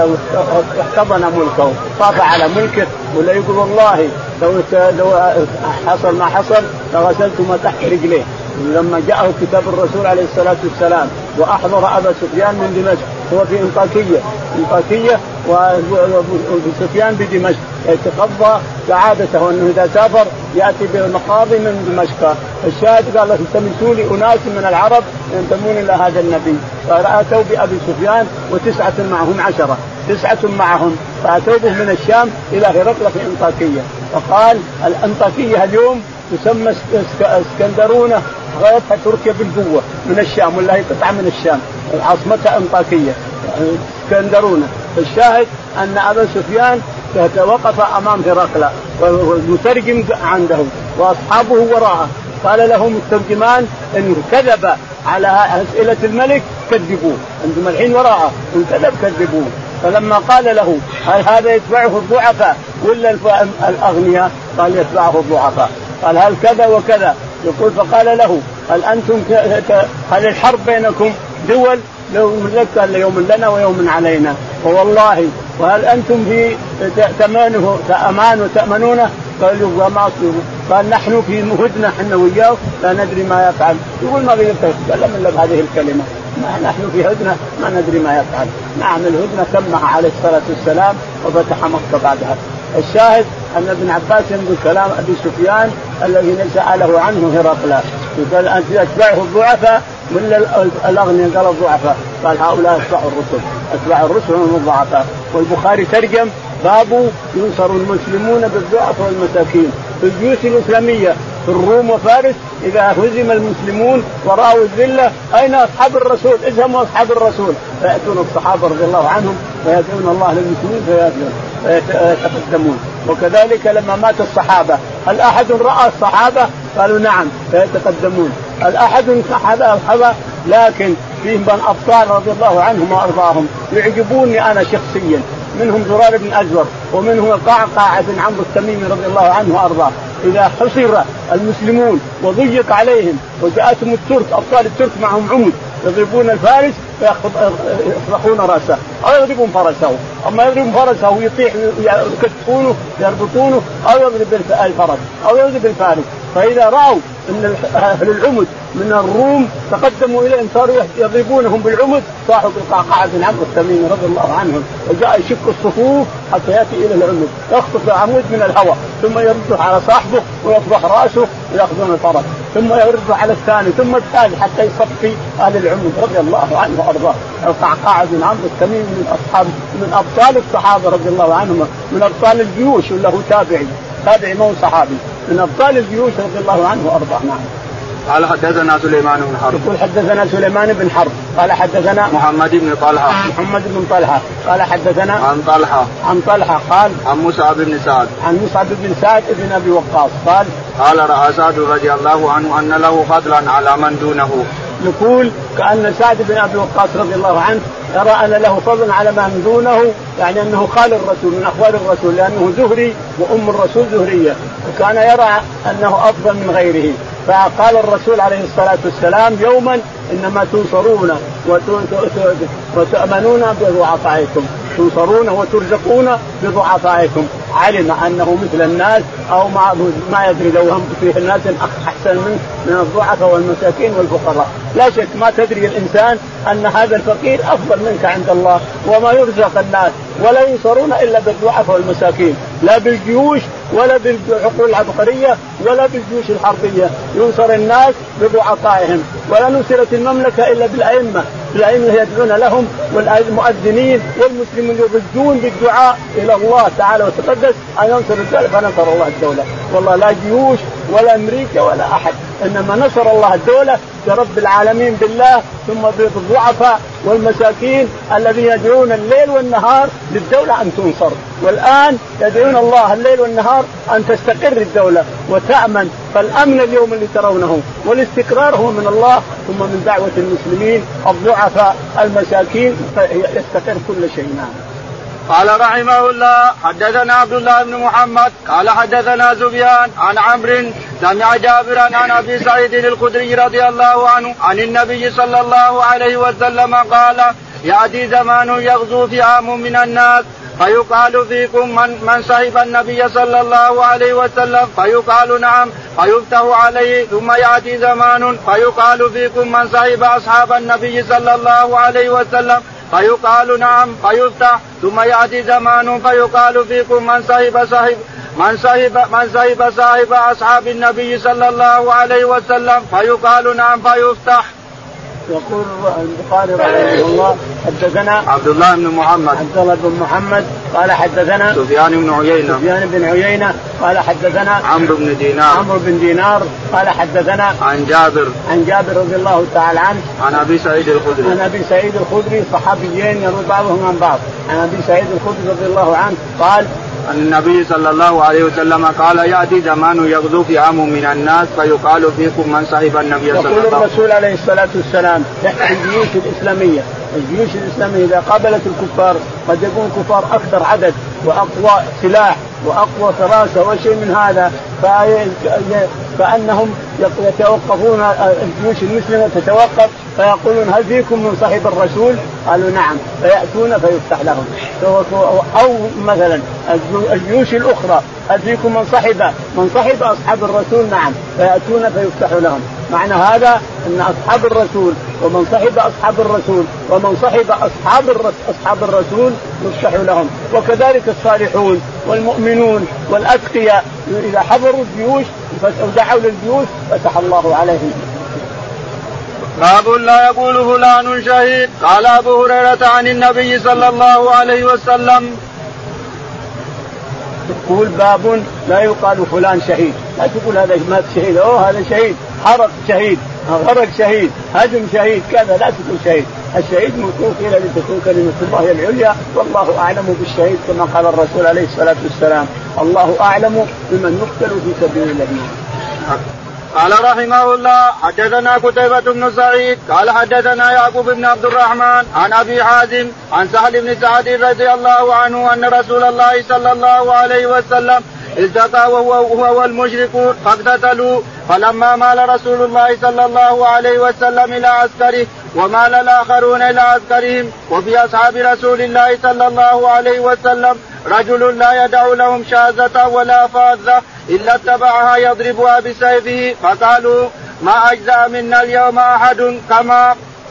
واحتضن ملكه، طاف على ملكه، ولا يقول والله لو حصل ما حصل لغسلت ما تحت رجليه. لما جاءه كتاب الرسول عليه الصلاة والسلام وأحضر أبا سفيان من دمشق، هو في إنطاكية إنطاكية وأبو سفيان بدمشق يتقضى سعادته أنه إذا سافر يأتي بالمقاضي من دمشق. الشاهد قال التمسوا لي أناس من العرب ينتمون إلى هذا النبي، فأتوا بأبي سفيان وتسعة معهم عشرة، تسعة معهم، فأتوا به من الشام إلى هرقل في إنطاكية. فقال الأنطاكية اليوم تسمى اسكندرونة، غيرتها تركيا بالقوة من الشام، ولا هي قطعة من الشام، عاصمتها أنطاكية اسكندرونة. الشاهد أن أبا سفيان وقف أمام هرقل والمترجم عنده وأصحابه وراءه، قال لهم الترجمان إن كذب على أسئلة الملك كذبوه، أنتم الحين وراءه، إن كذب كذبوه. فلما قال له هل هذا يتبعه الضعفاء ولا الأغنياء؟ قال يتبعه الضعفاء. قال هل كذا وكذا؟ يقول فقال له هل أنتم هل الحرب بينكم دول؟ لو لك يوم لنا ويوم علينا، فوالله وهل أنتم في تأمانه تأمان وتأمنونه؟ قالوا وما قال نحن في هدنة احنا وياه لا ندري ما يفعل. يقول ما بيتكلم إلا بهذه الكلمة، نحن في هدنة ما ندري ما يفعل. نعم الهدنة تمها عليه الصلاة والسلام وفتح مكة بعدها. الشاهد أن ابن عباس ينقل كلام أبي سفيان الذي سأله عنه هرقل، قال أنت أتباعه الضعفاء ولا الأغنياء؟ قال الضعفاء. قال هؤلاء أتباع الرسل، أتباع الرسل هم الضعفاء. والبخاري ترجم باب ينصر المسلمون بالضعف والمساكين في الجيوش الإسلامية في الروم وفارس. إذا هزم المسلمون ورأوا الذلة أين أصحاب الرسول؟ اذهبوا أصحاب الرسول، فيأتون الصحابة رضي الله عنهم ويدعون الله للمسلمين فيتقدمون. وكذلك لما مات الصحابة هل أحد رأى الصحابة؟ قالوا نعم فيتقدمون. هل أحد صحابة الصحابة؟ لكن فيهم من أبطال رضي الله عنهم وأرضاهم يعجبوني أنا شخصيا، منهم زرار بن أزور ومنهم القعقاع بن عمرو التميمي رضي الله عنه وأرضاه. إذا حصر المسلمون وضيق عليهم وجاءتهم الترك أبطال الترك معهم عمد يضربون الفارس فيخرقون رأسه أو يضربون فرسه، أما يضربون فرسه ويطيح يكتفونه يربطونه أو يضرب الفرس أو يضرب الفارس. فإذا رأوا أن أهل العمد من الروم تقدموا إليهم صاروا يضربونهم بالعمد صاحوا بالقعقاع بن عمرو التميمي رضي الله عنهم وجاء يشك الصفوف حتى يأتي إلى العمد يخطف العمود من الهواء ثم يرده على صاحبه ويطبخ رأسه ويأخذون الفرس ثم يرده على الثاني ثم الثالث حتى يصفي أهل العمد رضي الله عنه وأرضاه. القعقاع بن عمرو التميمي من أصحاب من أبطال الصحابة رضي الله عنهم، من أبطال الجيوش وله تابعي تابعي مو صحابي، من أبطال الجيوش رضي الله عنه وأرضاه. نعم. قال حدثنا سليمان بن حرب. يقول حدثنا سليمان بن حرب قال حدثنا محمد بن طلحة. محمد بن طلحة قال حدثنا عن طلحة. عن طلحة قال عن مصعب بن سعد. عن مصعب بن سعد بن أبي وقاص قال قال رأى سعد رضي الله عنه أن له فضلا على من دونه. يقول كأن سعد بن أبي وقاص رضي الله عنه يرى أن له فضلا على من دونه، يعني أنه خال الرسول من أخوال الرسول لأنه زهري وأم الرسول زهرية، وكان يرى أنه أفضل من غيره. فقال الرسول عليه الصلاة والسلام يوما إنما تنصرون وتؤمنون بضعفائكم، تنصرون وترزقون بضعفائكم. علم أنه مثل الناس أو ما ما يدري لو هم فيه الناس أحسن من من الضعفاء والمساكين والفقراء. لا شك ما تدري الإنسان أن هذا الفقير أفضل منك عند الله وما يرزق الناس، ولا ينصرون إلا بالضعفاء والمساكين، لا بالجيوش ولا بالعقول العبقرية ولا بالجيوش الحربية. ينصر الناس بضعفائهم، ولا نصرت المملكة إلا بالأئمة، الأئمة يدعون لهم والمؤذنين والمسلمين يضجون بالدعاء إلى الله تعالى وتقدس أن ينصر الدولة، فنصر الله الدولة. والله لا جيوش ولا أمريكا ولا أحد، إنما نصر الله الدولة برب العالمين بالله ثم بالضعفاء والمساكين الذين يدعون الليل والنهار للدولة أن تنصر. والآن يدعون الله الليل والنهار أن تستقر الدولة وتأمن. فالأمن اليوم اللي ترونه والاستقرار هو من الله ثم من دعوة المسلمين الضعفاء المساكين يستقر كل شيء. نعم. قال رحمه الله حدثنا عبد الله بن محمد قال حدثنا سفيان عن عمرو سمع جابرا عن ابي سعيد الخدري رضي الله عنه عن النبي صلى الله عليه وسلم قال يأتي زمان يغزو فئام من الناس فيقال فيكم من, من صحب النبي صلى الله عليه وسلم فيقال نعم فيفتح عليه. ثم يأتي زمان فيقال فيكم من صحب أصحاب النبي صلى الله عليه وسلم فيقال نعم فيفتح. ثم يأتي زمان فيقال فيكم من صحب صاحب من صحب من صحب صاحب أصحاب النبي صلى الله عليه وسلم فيقال نعم فيفتح. يقول البخاري رحمه الله حدثنا عبد الله بن محمد عبد الله بن محمد قال حدثنا سفيان بن عيينة سفيان بن عيينة قال حدثنا عمرو بن دينار عمرو بن دينار قال حدثنا عن جابر عن جابر رضي الله تعالى عنه عن أبي سعيد الخدري عن أبي سعيد الخدري صحابيين يروي بعضهم عن بعض. عن أبي سعيد الخدري رضي الله عنه قال عن النبي صلى الله عليه وسلم قال يأتي زمان يغزو فئام من الناس فيقال فيكم من صحب النبي صلى الله عليه وسلم. يقول الرسول عليه الصلاة والسلام الجيوش الإسلامية الجيوش الإسلامية إذا قابلت الكفار قد يكون كفار أكثر عدد وأقوى سلاح وأقوى فراسة وشيء من هذا، فأنهم يتوقفون، الجيوش المسلمة تتوقف فيقولون هل فيكم من صاحب الرسول؟ قالوا نعم، فيأتون فيفتح لهم. أو مثلا الجيوش الأخرى هل فيكم من صاحب من صاحب أصحاب الرسول؟ نعم، فيأتون فيفتح لهم. معنى هذا أن أصحاب الرسول ومن صاحب أصحاب الرسول ومن صاحب أصحاب أصحاب الرسول يفتح لهم. وكذلك الصالحون والمؤمنون والأتقياء إذا حضروا الجيوش ودعوا للجيوش فتح الله عليهم. باب لا يقول فلان شهيد. قال أبو هريرة عن النبي صلى الله عليه وسلم. تقول باب لا يقال فلان شهيد، لا تقول هذا مات شهيد، أوه هذا شهيد، حرق شهيد، غرق شهيد، هدم شهيد، كذا لا تقول شهيد. الشهيد مطلوب إلى لتكون كلمة الله العليا، والله أعلم بالشهيد كما قال الرسول عليه الصلاة والسلام: الله أعلم بمن يقتل في سبيل الله. قال رحمه الله: حدثنا قتيبة بن سعيد قال حدثنا يعقوب بن عبد الرحمن عن أبي حازم عن سهل بن سعد رضي الله عنه أن رسول الله صلى الله عليه وسلم التقى وهو والمشركون فاقتتلوا، فلما مال رسول الله صلى الله عليه وسلم إلى عسكره ومال الآخرون إلى عسكرهم، وفي أصحاب رسول الله صلى الله عليه وسلم رجل لا يدع لهم شاذة ولا فاذة إلا اتبعها يضربها بسيفه، فقالوا: ما أجزأ منا اليوم أحد كما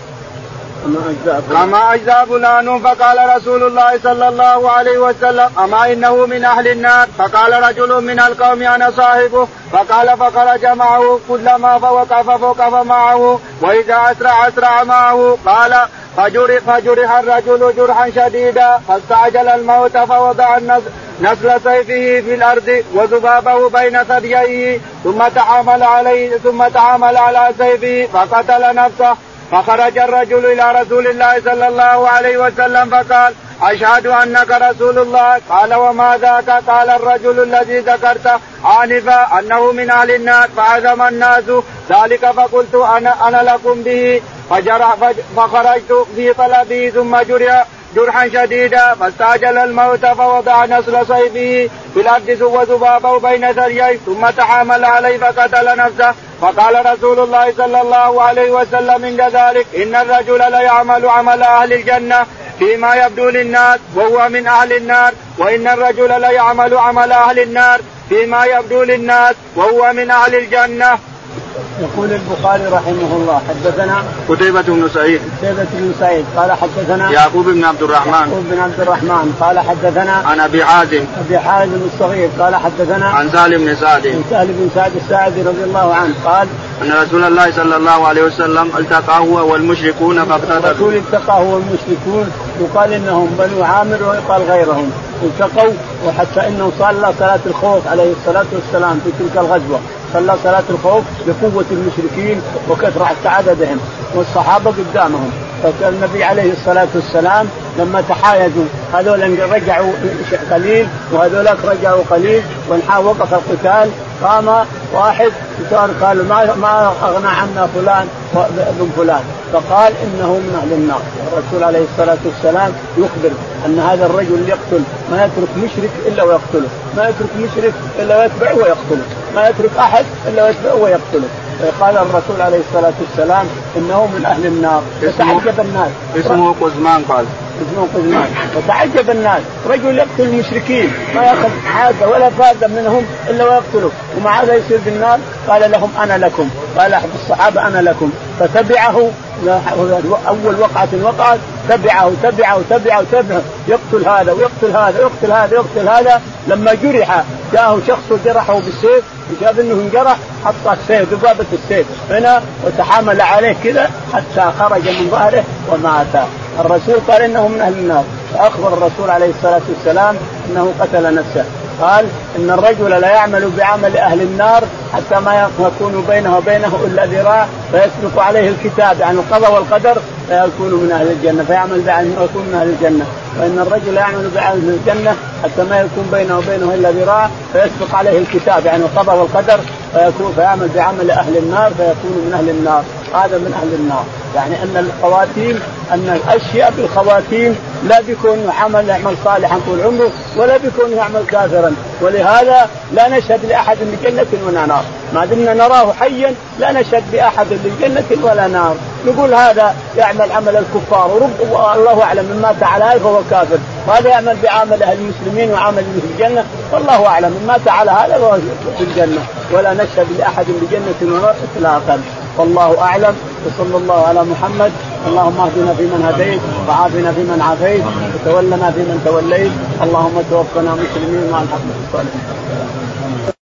كما أجزأ فلان. فقال رسول الله صلى الله عليه وسلم: أما إنه من أهل النار. فقال رجل من القوم: أنا صاحبه. فقال: فخرج معه، كلما فوقف فوقف معه، وإذا أسرع أسرع معه. قال: فجرح, فجرح الرجل جرحا شديدا، فاستعجل الموت فوضع نسل سيفه في الأرض وذبابه بين ثدييه، ثم تحامل عليه ثم تحامل على سيفه فقتل نفسه. فخرج الرجل إلى رسول الله صلى الله عليه وسلم فقال: أشهد أنك رسول الله. قال: وما ذاك؟ قال: الرجل الذي ذكرت آنفا أنه من أهل النار. فعزم الناس ذلك، فقلت أنا, أنا لكم به، فخرجت في طلبه، ثم جرح جرحا شديدا، فاستعجل الموت فوضع نسل سيفه في الأرض وذبابه بين ثدييه، ثم تحامل عليه فقتل نفسه. فقال رسول الله صلى الله عليه وسلم عند ذلك: إن الرجل ليعمل عمل أهل الجنة فيما يبدو للناس وهو من أهل النار، وإن الرجل ليعمل عمل أهل النار فيما يبدو للناس وهو من أهل الجنة. يقول البخاري رحمه الله: حدثنا قتيبة بن سعيد قتيبة بن سعيد قال حدثنا يعقوب بن عبد الرحمن يعقوب بن عبد الرحمن قال حدثنا عن أبي حازم أبي حازم الصغير قال حدثنا عن سهل بن سعد عن سهل بن سعد الساعدي رضي الله عنه قال: أن رسول الله صلى الله عليه وسلم التقى هو والمشركون فاقتتلوا. الرسول التقى هو والمشركون، يقال إنهم بنو عامر ويقال غيرهم، التقوا، وحتى إنه صلى صلاة الخوف عليه الصلاة والسلام في تلك الغزوة، صلى صلاة الخوف بقوة المشركين وكثرة عددهم والصحابة قدامهم. فالنبي عليه الصلاة والسلام لما تحايزوا هذول رجعوا قليل وهذولاك رجعوا قليل، ووقف القتال، قام واحد صار قال: ما ما أغنى عنا فلان ابن فلان، فقال: إنه من أهل النار. الرسول عليه الصلاة والسلام يخبر أن هذا الرجل يقتل، ما يترك مشرك إلا ويقتله، ما يترك مشرك إلا ويتبعه ويقتله، ما يترك أحد إلا ويتبعه ويقتله. قال الرسول عليه الصلاة والسلام: إنه من أهل النار. فتعجب الناس. اسمه قزمان. قال اسمه قزمان. فتعجب الناس، رجل يقتل المشركين ما يأخذ حاجة ولا فائدة منهم إلا ويقتله، ومع هذا يصير بالنار. قال لهم: أنا لكم. قال أحد الصحابة: أنا لكم. فتبعه، أول وقعة وقعت تبعه تبعه تبعه تبعه، يقتل هذا ويقتل هذا ويقتل هذا ويقتل هذا. لما جرح جاءه شخص جرحه بالسيف، وشاف انه انجرح، حط السيف ذبابة السيف هنا وتحامل عليه كذا حتى خرج من ظهره ومات. الرسول قال: إنه من أهل النار. فأخبر الرسول عليه الصلاة والسلام أنه قتل نفسه. قال: إن الرجل لا يعمل بعمل أهل النار حتى ما يكون بينه وبينه إلا ذراع فيسبق عليه الكتاب، يعني القضاء والقدر، فيكون من أهل الجنة، فيعمل بعمل يكون من أهل الجنة. وإن الرجل لا يعمل بعمل الجنة حتى ما يكون بينه وبينه إلا ذراع فيسبق عليه الكتاب، يعني القضاء والقدر، فيكون فيعمل بعمل أهل النار فيكون من أهل النار. هذا من أهل النار. يعني أن الخواتيم أن الأشياء بالخواتيم لا بيكون عمل يعمل صالحا طول عمره ولا بيكون يعمل كافرا. ولهذا لا نشهد لأحد بجنة ولا نار ما دمنا نراه حيا، لا نشهد بأحد بجنة ولا نار. نقول هذا يعمل عمل الكفار ورب والله أعلم من مات على هذا فهو كافر، وهذا يعمل بعمل أهل المسلمين وعمل في الجنة والله أعلم من مات على هذا فهو في الجنة. ولا نشهد لأحد بجنة ولا نار إطلاقا والله أعلم. وصلى الله على محمد. اللهم اهدنا فيمن هديت وعافنا فيمن عافيت وتولنا فيمن توليت. اللهم توفنا مسلمين مع الحق والصالحين.